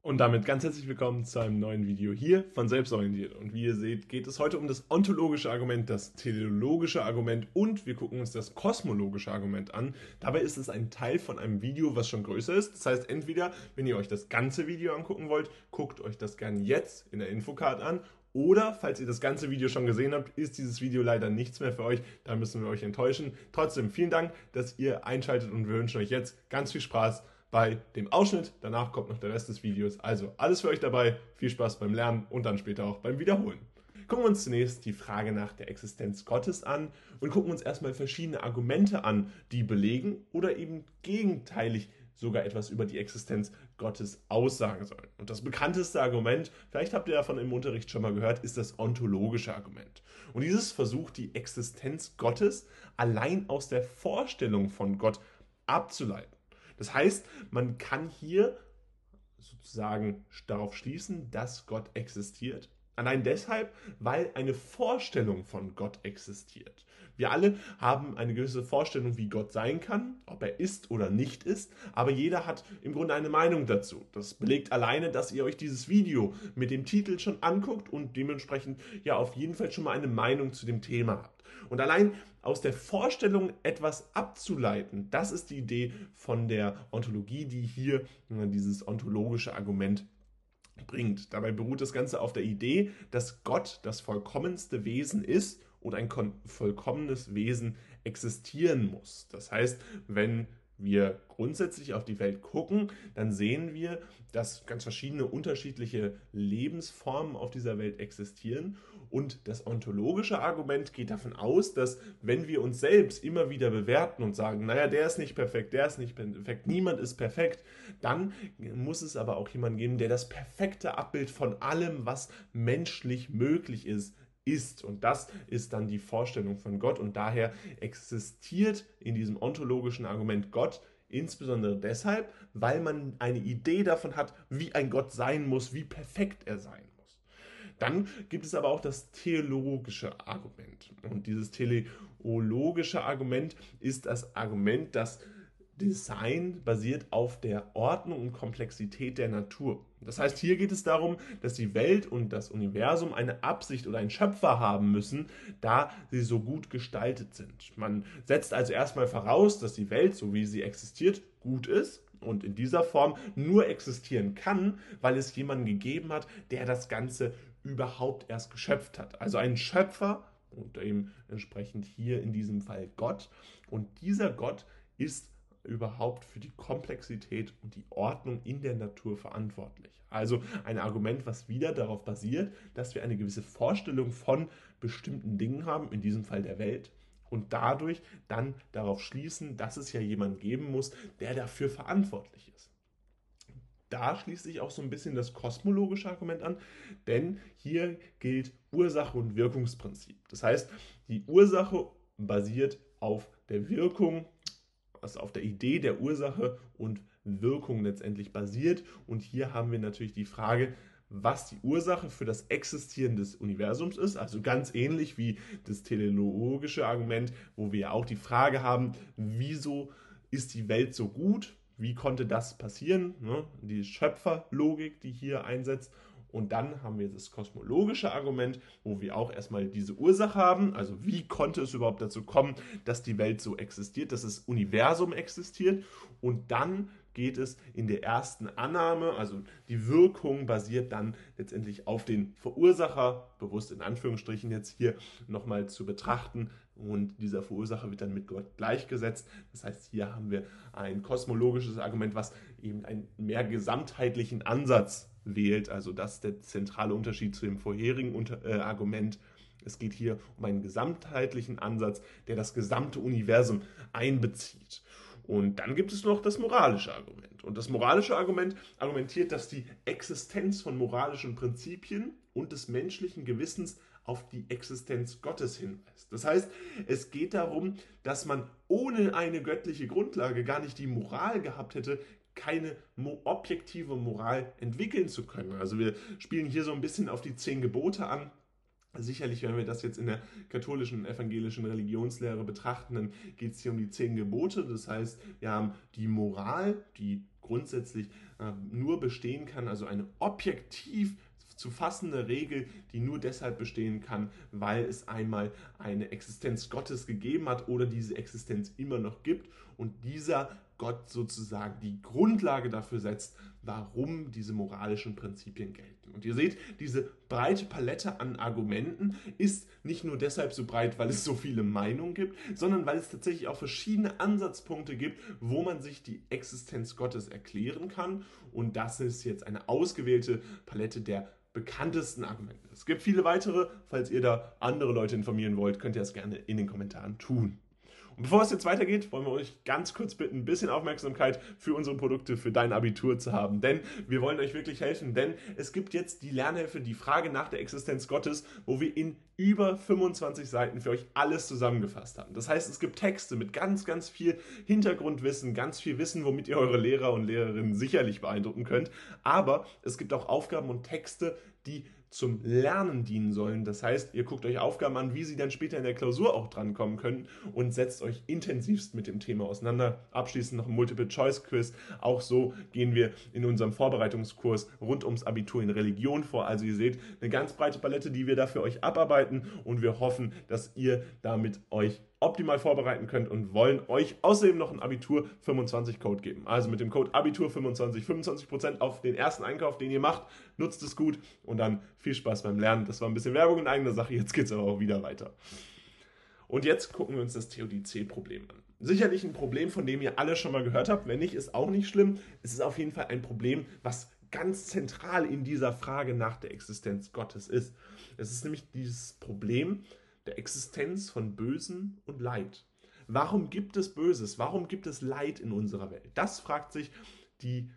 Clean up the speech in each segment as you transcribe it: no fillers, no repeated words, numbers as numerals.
Und damit ganz herzlich willkommen zu einem neuen Video hier von Selbstorientiert. Und wie ihr seht, geht es heute um das ontologische Argument, das teleologische Argument und wir gucken uns das kosmologische Argument an. Dabei ist es ein Teil von einem Video, was schon größer ist. Das heißt, entweder, wenn ihr euch das ganze Video angucken wollt, guckt euch das gerne jetzt in der Infocard an. Oder, falls ihr das ganze Video schon gesehen habt, ist dieses Video leider nichts mehr für euch. Da müssen wir euch enttäuschen. Trotzdem vielen Dank, dass ihr einschaltet und wir wünschen euch jetzt ganz viel Spaß bei dem Ausschnitt. Danach kommt noch der Rest des Videos. Also alles für euch dabei. Viel Spaß beim Lernen und dann später auch beim Wiederholen. Gucken wir uns zunächst die Frage nach der Existenz Gottes an und gucken uns erstmal verschiedene Argumente an, die belegen oder eben gegenteilig sogar etwas über die Existenz Gottes aussagen sollen. Und das bekannteste Argument, vielleicht habt ihr davon im Unterricht schon mal gehört, ist das ontologische Argument. Und dieses versucht die Existenz Gottes allein aus der Vorstellung von Gott abzuleiten. Das heißt, man kann hier sozusagen darauf schließen, dass Gott existiert. Allein deshalb, weil eine Vorstellung von Gott existiert. Wir alle haben eine gewisse Vorstellung, wie Gott sein kann, ob er ist oder nicht ist, aber jeder hat im Grunde eine Meinung dazu. Das belegt alleine, dass ihr euch dieses Video mit dem Titel schon anguckt und dementsprechend ja auf jeden Fall schon mal eine Meinung zu dem Thema habt. Und allein aus der Vorstellung etwas abzuleiten, das ist die Idee von der Ontologie, die hier dieses ontologische Argument bringt. Dabei beruht das Ganze auf der Idee, dass Gott das vollkommenste Wesen ist und ein vollkommenes Wesen existieren muss. Das heißt, wenn wir grundsätzlich auf die Welt gucken, dann sehen wir, dass ganz verschiedene unterschiedliche Lebensformen auf dieser Welt existieren. Und das ontologische Argument geht davon aus, dass wenn wir uns selbst immer wieder bewerten und sagen, naja, der ist nicht perfekt, der ist nicht perfekt, niemand ist perfekt, dann muss es aber auch jemanden geben, der das perfekte Abbild von allem, was menschlich möglich ist. Und das ist dann die Vorstellung von Gott. Und daher existiert in diesem ontologischen Argument Gott insbesondere deshalb, weil man eine Idee davon hat, wie ein Gott sein muss, wie perfekt er sein muss. Dann gibt es aber auch das teleologische Argument. Und dieses teleologische Argument ist das Argument, das Design basiert auf der Ordnung und Komplexität der Natur. Das heißt, hier geht es darum, dass die Welt und das Universum eine Absicht oder einen Schöpfer haben müssen, da sie so gut gestaltet sind. Man setzt also erstmal voraus, dass die Welt, so wie sie existiert, gut ist und in dieser Form nur existieren kann, weil es jemanden gegeben hat, der das Ganze überhaupt erst geschöpft hat. Also einen Schöpfer und eben entsprechend hier in diesem Fall Gott. Und dieser Gott ist überhaupt für die Komplexität und die Ordnung in der Natur verantwortlich. Also ein Argument, was wieder darauf basiert, dass wir eine gewisse Vorstellung von bestimmten Dingen haben, in diesem Fall der Welt, und dadurch dann darauf schließen, dass es ja jemanden geben muss, der dafür verantwortlich ist. Da schließt sich auch so ein bisschen das kosmologische Argument an, denn hier gilt Ursache- und Wirkungsprinzip. Das heißt, die Ursache basiert auf der Wirkung, was auf der Idee der Ursache und Wirkung letztendlich basiert. Und hier haben wir natürlich die Frage, was die Ursache für das Existieren des Universums ist. Also ganz ähnlich wie das teleologische Argument, wo wir auch die Frage haben, wieso ist die Welt so gut? Wie konnte das passieren? Die Schöpferlogik, die hier einsetzt. Und dann haben wir das kosmologische Argument, wo wir auch erstmal diese Ursache haben. Also wie konnte es überhaupt dazu kommen, dass die Welt so existiert, dass das Universum existiert. Und dann geht es in der ersten Annahme, also die Wirkung basiert dann letztendlich auf den Verursacher, bewusst in Anführungsstrichen jetzt hier nochmal zu betrachten. Und dieser Verursacher wird dann mit Gott gleichgesetzt. Das heißt, hier haben wir ein kosmologisches Argument, was eben einen mehr gesamtheitlichen Ansatz wählt. Also das ist der zentrale Unterschied zu dem vorherigen Argument. Es geht hier um einen gesamtheitlichen Ansatz, der das gesamte Universum einbezieht. Und dann gibt es noch das moralische Argument. Und das moralische Argument argumentiert, dass die Existenz von moralischen Prinzipien und des menschlichen Gewissens auf die Existenz Gottes hinweist. Das heißt, es geht darum, dass man ohne eine göttliche Grundlage gar nicht die Moral gehabt hätte, keine objektive Moral entwickeln zu können. Also wir spielen hier so ein bisschen auf die 10 Gebote an. Sicherlich, wenn wir das jetzt in der katholischen, evangelischen Religionslehre betrachten, dann geht es hier um die 10 Gebote. Das heißt, wir haben die Moral, die grundsätzlich nur bestehen kann, also eine objektiv zu fassende Regel, die nur deshalb bestehen kann, weil es einmal eine Existenz Gottes gegeben hat oder diese Existenz immer noch gibt und dieser Gott sozusagen die Grundlage dafür setzt, warum diese moralischen Prinzipien gelten. Und ihr seht, diese breite Palette an Argumenten ist nicht nur deshalb so breit, weil es so viele Meinungen gibt, sondern weil es tatsächlich auch verschiedene Ansatzpunkte gibt, wo man sich die Existenz Gottes erklären kann. Und das ist jetzt eine ausgewählte Palette der bekanntesten Argumente. Es gibt viele weitere. Falls ihr da andere Leute informieren wollt, könnt ihr das gerne in den Kommentaren tun. Und bevor es jetzt weitergeht, wollen wir euch ganz kurz bitten, ein bisschen Aufmerksamkeit für unsere Produkte, für dein Abitur zu haben. Denn wir wollen euch wirklich helfen. Denn es gibt jetzt die Lernhilfe, die Frage nach der Existenz Gottes, wo wir in über 25 Seiten für euch alles zusammengefasst haben. Das heißt, es gibt Texte mit ganz, ganz viel Hintergrundwissen, ganz viel Wissen, womit ihr eure Lehrer und Lehrerinnen sicherlich beeindrucken könnt. Aber es gibt auch Aufgaben und Texte, die zum Lernen dienen sollen. Das heißt, ihr guckt euch Aufgaben an, wie sie dann später in der Klausur auch drankommen können und setzt euch intensivst mit dem Thema auseinander. Abschließend noch ein Multiple-Choice-Quiz. Auch so gehen wir in unserem Vorbereitungskurs rund ums Abitur in Religion vor. Also ihr seht, eine ganz breite Palette, die wir da für euch abarbeiten und wir hoffen, dass ihr damit euch optimal vorbereiten könnt und wollen euch außerdem noch einen Abitur 25 Code geben. Also mit dem Code Abitur 25, 25% auf den ersten Einkauf, den ihr macht. Nutzt es gut und dann viel Spaß beim Lernen. Das war ein bisschen Werbung in eigener Sache, jetzt geht es aber auch wieder weiter. Und jetzt gucken wir uns das Theodizee-Problem an. Sicherlich ein Problem, von dem ihr alle schon mal gehört habt. Wenn nicht, ist auch nicht schlimm. Es ist auf jeden Fall ein Problem, was ganz zentral in dieser Frage nach der Existenz Gottes ist. Es ist nämlich dieses Problem der Existenz von Bösen und Leid. Warum gibt es Böses? Warum gibt es Leid in unserer Welt? Das fragt sich die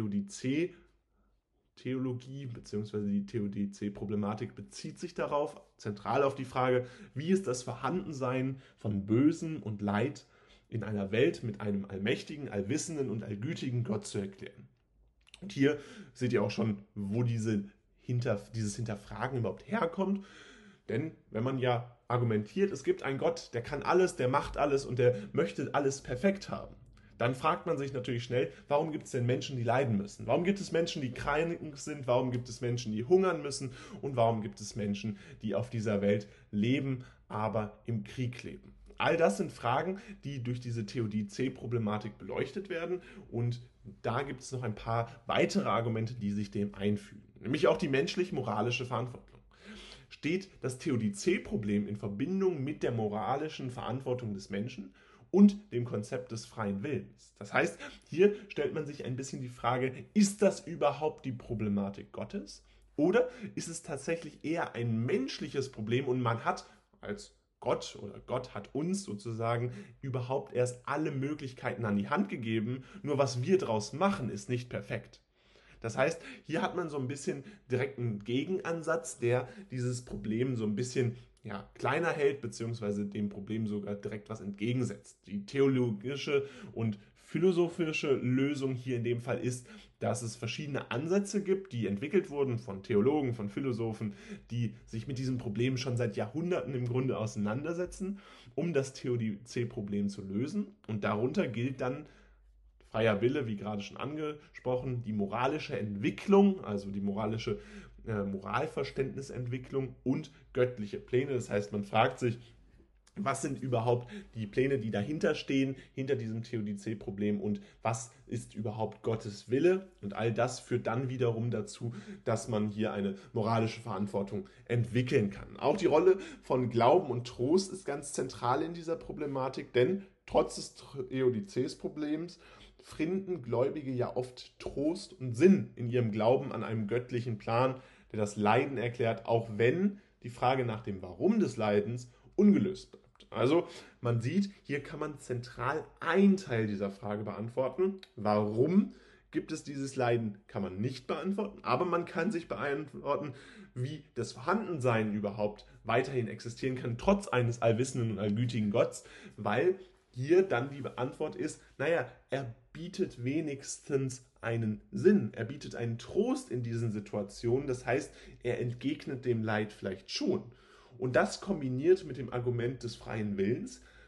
Theodizee-Theologie bzw. die Theodizee-Problematik bezieht sich darauf, zentral auf die Frage, wie ist das Vorhandensein von Bösen und Leid in einer Welt mit einem allmächtigen, allwissenden und allgütigen Gott zu erklären. Und hier seht ihr auch schon, wo dieses Hinterfragen überhaupt herkommt. Denn wenn man ja argumentiert, es gibt einen Gott, der kann alles, der macht alles und der möchte alles perfekt haben, dann fragt man sich natürlich schnell, warum gibt es denn Menschen, die leiden müssen? Warum gibt es Menschen, die krank sind? Warum gibt es Menschen, die hungern müssen? Und warum gibt es Menschen, die auf dieser Welt leben, aber im Krieg leben? All das sind Fragen, die durch diese Theodizee-Problematik beleuchtet werden und da gibt es noch ein paar weitere Argumente, die sich dem einfügen. Nämlich auch die menschlich-moralische Verantwortung. Steht das Theodizee-Problem in Verbindung mit der moralischen Verantwortung des Menschen und dem Konzept des freien Willens. Das heißt, hier stellt man sich ein bisschen die Frage, ist das überhaupt die Problematik Gottes? Oder ist es tatsächlich eher ein menschliches Problem und man hat als Gott oder Gott hat uns sozusagen überhaupt erst alle Möglichkeiten an die Hand gegeben, nur was wir daraus machen, ist nicht perfekt. Das heißt, hier hat man so ein bisschen direkt einen Gegenansatz, der dieses Problem so ein bisschen kleiner hält, beziehungsweise dem Problem sogar direkt was entgegensetzt. Die theologische und philosophische Lösung hier in dem Fall ist, dass es verschiedene Ansätze gibt, die entwickelt wurden von Theologen, von Philosophen, die sich mit diesem Problem schon seit Jahrhunderten im Grunde auseinandersetzen, um das Theodizee-Problem zu lösen. Und darunter gilt dann freier Wille, wie gerade schon angesprochen, die moralische Entwicklung, also die Moralverständnisentwicklung und göttliche Pläne. Das heißt, man fragt sich, was sind überhaupt die Pläne, die dahinter stehen, hinter diesem Theodizee-Problem und was ist überhaupt Gottes Wille? Und all das führt dann wiederum dazu, dass man hier eine moralische Verantwortung entwickeln kann. Auch die Rolle von Glauben und Trost ist ganz zentral in dieser Problematik, denn trotz des Theodizee-Problems finden Gläubige ja oft Trost und Sinn in ihrem Glauben an einen göttlichen Plan, der das Leiden erklärt, auch wenn die Frage nach dem Warum des Leidens ungelöst bleibt. Also man sieht, hier kann man zentral einen Teil dieser Frage beantworten. Warum gibt es dieses Leiden, kann man nicht beantworten, aber man kann sich beantworten, wie das Vorhandensein überhaupt weiterhin existieren kann, trotz eines allwissenden und allgütigen Gottes, weil hier dann die Antwort ist, er bietet wenigstens einen Sinn, er bietet einen Trost in diesen Situationen, das heißt, er entgegnet dem Leid vielleicht schon. Und das kombiniert mit dem Argument des freien Willens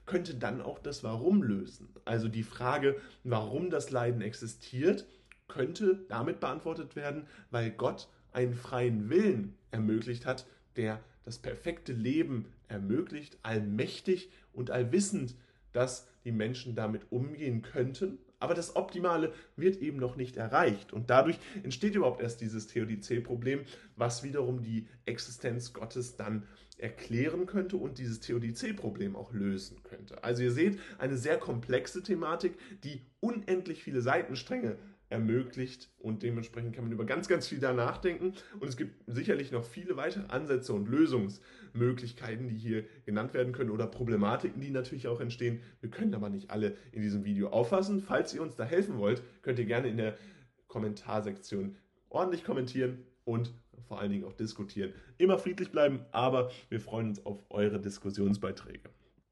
könnte dann auch das Warum lösen. Also die Frage, warum das Leiden existiert, könnte damit beantwortet werden, weil Gott einen freien Willen ermöglicht hat, der das perfekte Leben ermöglicht, allmächtig und allwissend, dass die Menschen damit umgehen könnten. Aber das Optimale wird eben noch nicht erreicht. Und dadurch entsteht überhaupt erst dieses Theodizee-Problem, was wiederum die Existenz Gottes dann erklären könnte und dieses Theodizee-Problem auch lösen könnte. Also ihr seht, eine sehr komplexe Thematik, die unendlich viele Seitenstränge ermöglicht und dementsprechend kann man über ganz, ganz viel da nachdenken und es gibt sicherlich noch viele weitere Ansätze und Lösungsmöglichkeiten, die hier genannt werden können oder Problematiken, die natürlich auch entstehen. Wir können aber nicht alle in diesem Video auffassen. Falls ihr uns da helfen wollt, könnt ihr gerne in der Kommentarsektion ordentlich kommentieren und vor allen Dingen auch diskutieren. Immer friedlich bleiben, aber wir freuen uns auf eure Diskussionsbeiträge.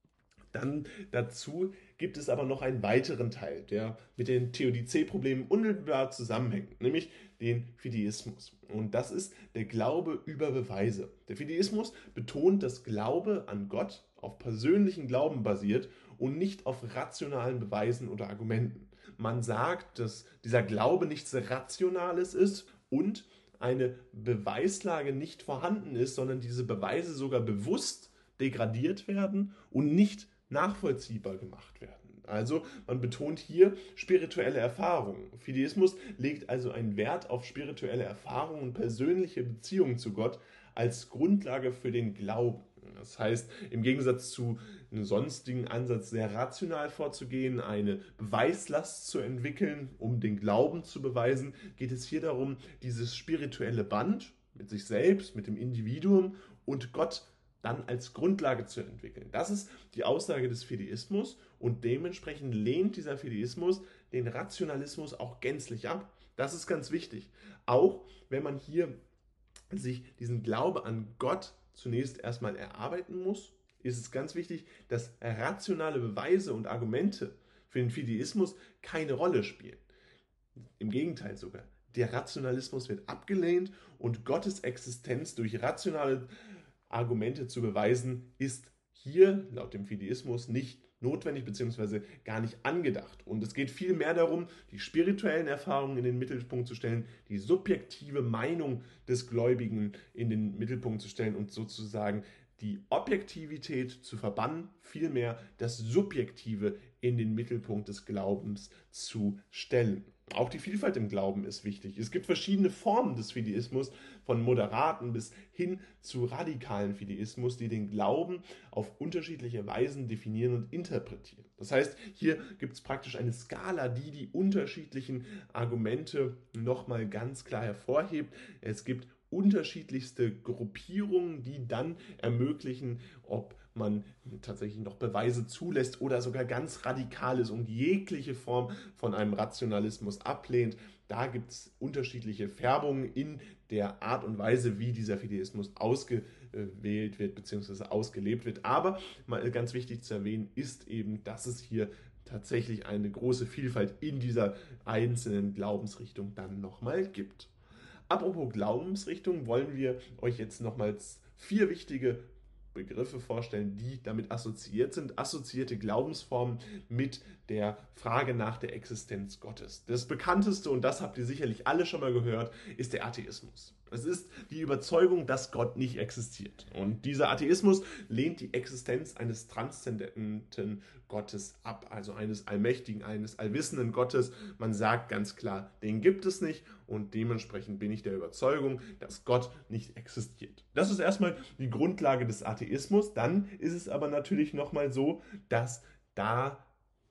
Dann dazu gibt es aber noch einen weiteren Teil, der mit den Theodizee-Problemen unmittelbar zusammenhängt, nämlich den Fideismus. Und das ist der Glaube über Beweise. Der Fideismus betont, dass Glaube an Gott auf persönlichen Glauben basiert und nicht auf rationalen Beweisen oder Argumenten. Man sagt, dass dieser Glaube nichts Rationales ist und eine Beweislage nicht vorhanden ist, sondern diese Beweise sogar bewusst degradiert werden und nicht nachvollziehbar gemacht werden. Also man betont hier spirituelle Erfahrungen. Fideismus legt also einen Wert auf spirituelle Erfahrungen und persönliche Beziehungen zu Gott als Grundlage für den Glauben. Das heißt, im Gegensatz zu einem sonstigen Ansatz sehr rational vorzugehen, eine Beweislast zu entwickeln, um den Glauben zu beweisen, geht es hier darum, dieses spirituelle Band mit sich selbst, mit dem Individuum und Gott dann als Grundlage zu entwickeln. Das ist die Aussage des Fideismus und dementsprechend lehnt dieser Fideismus den Rationalismus auch gänzlich ab. Das ist ganz wichtig. Auch wenn man hier sich diesen Glaube an Gott zunächst erstmal erarbeiten muss, ist es ganz wichtig, dass rationale Beweise und Argumente für den Fideismus keine Rolle spielen. Im Gegenteil sogar. Der Rationalismus wird abgelehnt und Gottes Existenz durch rationale Argumente zu beweisen, ist hier laut dem Fideismus nicht notwendig bzw. gar nicht angedacht. Und es geht vielmehr darum, die spirituellen Erfahrungen in den Mittelpunkt zu stellen, die subjektive Meinung des Gläubigen in den Mittelpunkt zu stellen und sozusagen die Objektivität zu verbannen, vielmehr das Subjektive in den Mittelpunkt des Glaubens zu stellen. Auch die Vielfalt im Glauben ist wichtig. Es gibt verschiedene Formen des Fideismus, von moderaten bis hin zu radikalen Fideismus, die den Glauben auf unterschiedliche Weisen definieren und interpretieren. Das heißt, hier gibt es praktisch eine Skala, die die unterschiedlichen Argumente nochmal ganz klar hervorhebt. Es gibt unterschiedlichste Gruppierungen, die dann ermöglichen, ob man tatsächlich noch Beweise zulässt oder sogar ganz radikal ist und jegliche Form von einem Rationalismus ablehnt. Da gibt es unterschiedliche Färbungen in der Art und Weise, wie dieser Fideismus ausgewählt wird bzw. ausgelebt wird. Aber mal ganz wichtig zu erwähnen ist eben, dass es hier tatsächlich eine große Vielfalt in dieser einzelnen Glaubensrichtung dann nochmal gibt. Apropos Glaubensrichtung, wollen wir euch jetzt nochmals 4 wichtige Begriffe vorstellen, die damit assoziiert sind, assoziierte Glaubensformen mit der Frage nach der Existenz Gottes. Das bekannteste, und das habt ihr sicherlich alle schon mal gehört, ist der Atheismus. Es ist die Überzeugung, dass Gott nicht existiert. Und dieser Atheismus lehnt die Existenz eines transzendenten Gottes ab, also eines allmächtigen, eines allwissenden Gottes. Man sagt ganz klar, den gibt es nicht und dementsprechend bin ich der Überzeugung, dass Gott nicht existiert. Das ist erstmal die Grundlage des Atheismus. Dann ist es aber natürlich nochmal so, dass da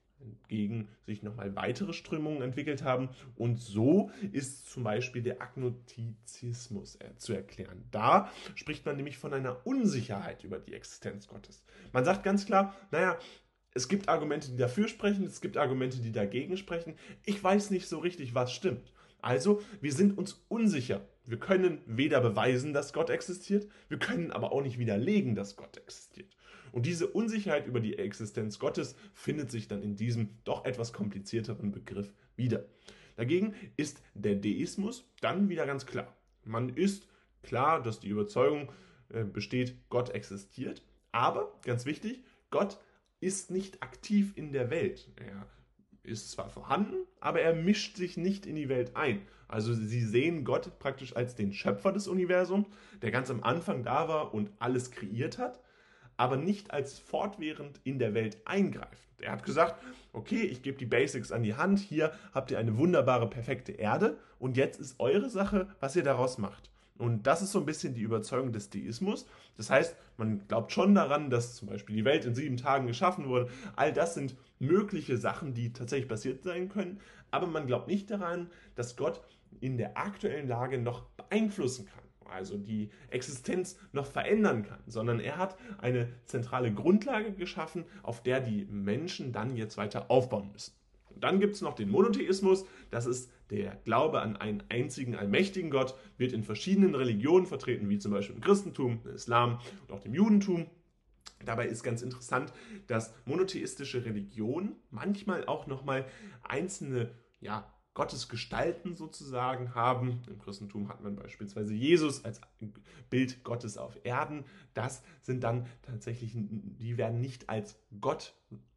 gegen sich nochmal weitere Strömungen entwickelt haben und so ist zum Beispiel der Agnostizismus zu erklären. Da spricht man nämlich von einer Unsicherheit über die Existenz Gottes. Man sagt ganz klar, naja, es gibt Argumente, die dafür sprechen, es gibt Argumente, die dagegen sprechen. Ich weiß nicht so richtig, was stimmt. Also, wir sind uns unsicher. Wir können weder beweisen, dass Gott existiert, wir können aber auch nicht widerlegen, dass Gott existiert. Und diese Unsicherheit über die Existenz Gottes findet sich dann in diesem doch etwas komplizierteren Begriff wieder. Dagegen ist der Deismus dann wieder ganz klar. Man ist klar, dass die Überzeugung besteht, Gott existiert, aber, ganz wichtig, Gott ist nicht aktiv in der Welt. Er ist zwar vorhanden, aber er mischt sich nicht in die Welt ein. Also sie sehen Gott praktisch als den Schöpfer des Universums, der ganz am Anfang da war und alles kreiert hat, aber nicht als fortwährend in der Welt eingreift. Er hat gesagt, okay, ich gebe die Basics an die Hand, hier habt ihr eine wunderbare, perfekte Erde und jetzt ist eure Sache, was ihr daraus macht. Und das ist so ein bisschen die Überzeugung des Deismus. Das heißt, man glaubt schon daran, dass zum Beispiel die Welt in 7 Tagen geschaffen wurde. All das sind mögliche Sachen, die tatsächlich passiert sein können. Aber man glaubt nicht daran, dass Gott in der aktuellen Lage noch beeinflussen kann. Also die Existenz noch verändern kann, sondern er hat eine zentrale Grundlage geschaffen, auf der die Menschen dann jetzt weiter aufbauen müssen. Und dann gibt es noch den Monotheismus, das ist der Glaube an einen einzigen allmächtigen Gott, wird in verschiedenen Religionen vertreten, wie zum Beispiel im Christentum, im Islam und auch dem Judentum. Dabei ist ganz interessant, dass monotheistische Religionen manchmal auch nochmal einzelne, Gottesgestalten sozusagen haben. Im Christentum hat man beispielsweise Jesus als Bild Gottes auf Erden. Das sind dann tatsächlich, die werden nicht als Gottes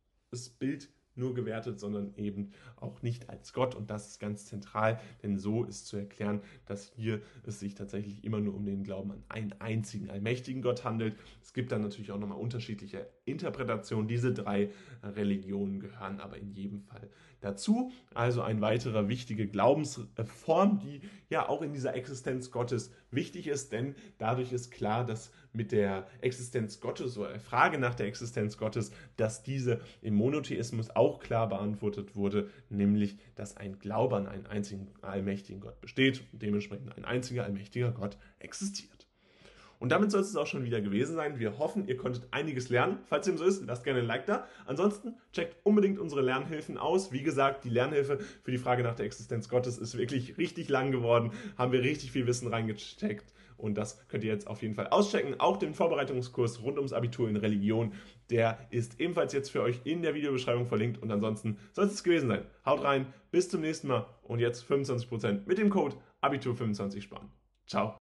Bild nur gewertet, sondern eben auch nicht als Gott. Und das ist ganz zentral, denn so ist zu erklären, dass hier es sich tatsächlich immer nur um den Glauben an einen einzigen allmächtigen Gott handelt. Es gibt dann natürlich auch nochmal unterschiedliche Interpretationen. Diese 3 Religionen gehören aber in jedem Fall dazu. Also eine weitere wichtige Glaubensform, die ja auch in dieser Existenz Gottes wichtig ist, denn dadurch ist klar, dass mit der Existenz Gottes oder der Frage nach der Existenz Gottes, dass diese im Monotheismus auch klar beantwortet wurde, nämlich, dass ein Glaube an einen einzigen allmächtigen Gott besteht und dementsprechend ein einziger allmächtiger Gott existiert. Und damit soll es auch schon wieder gewesen sein. Wir hoffen, ihr konntet einiges lernen. Falls dem so ist, lasst gerne ein Like da. Ansonsten checkt unbedingt unsere Lernhilfen aus. Wie gesagt, die Lernhilfe für die Frage nach der Existenz Gottes ist wirklich richtig lang geworden. Haben wir richtig viel Wissen reingesteckt. Und das könnt ihr jetzt auf jeden Fall auschecken. Auch den Vorbereitungskurs rund ums Abitur in Religion, der ist ebenfalls jetzt für euch in der Videobeschreibung verlinkt. Und ansonsten soll es gewesen sein. Haut rein, bis zum nächsten Mal. Und jetzt 25% mit dem Code Abitur25 sparen. Ciao.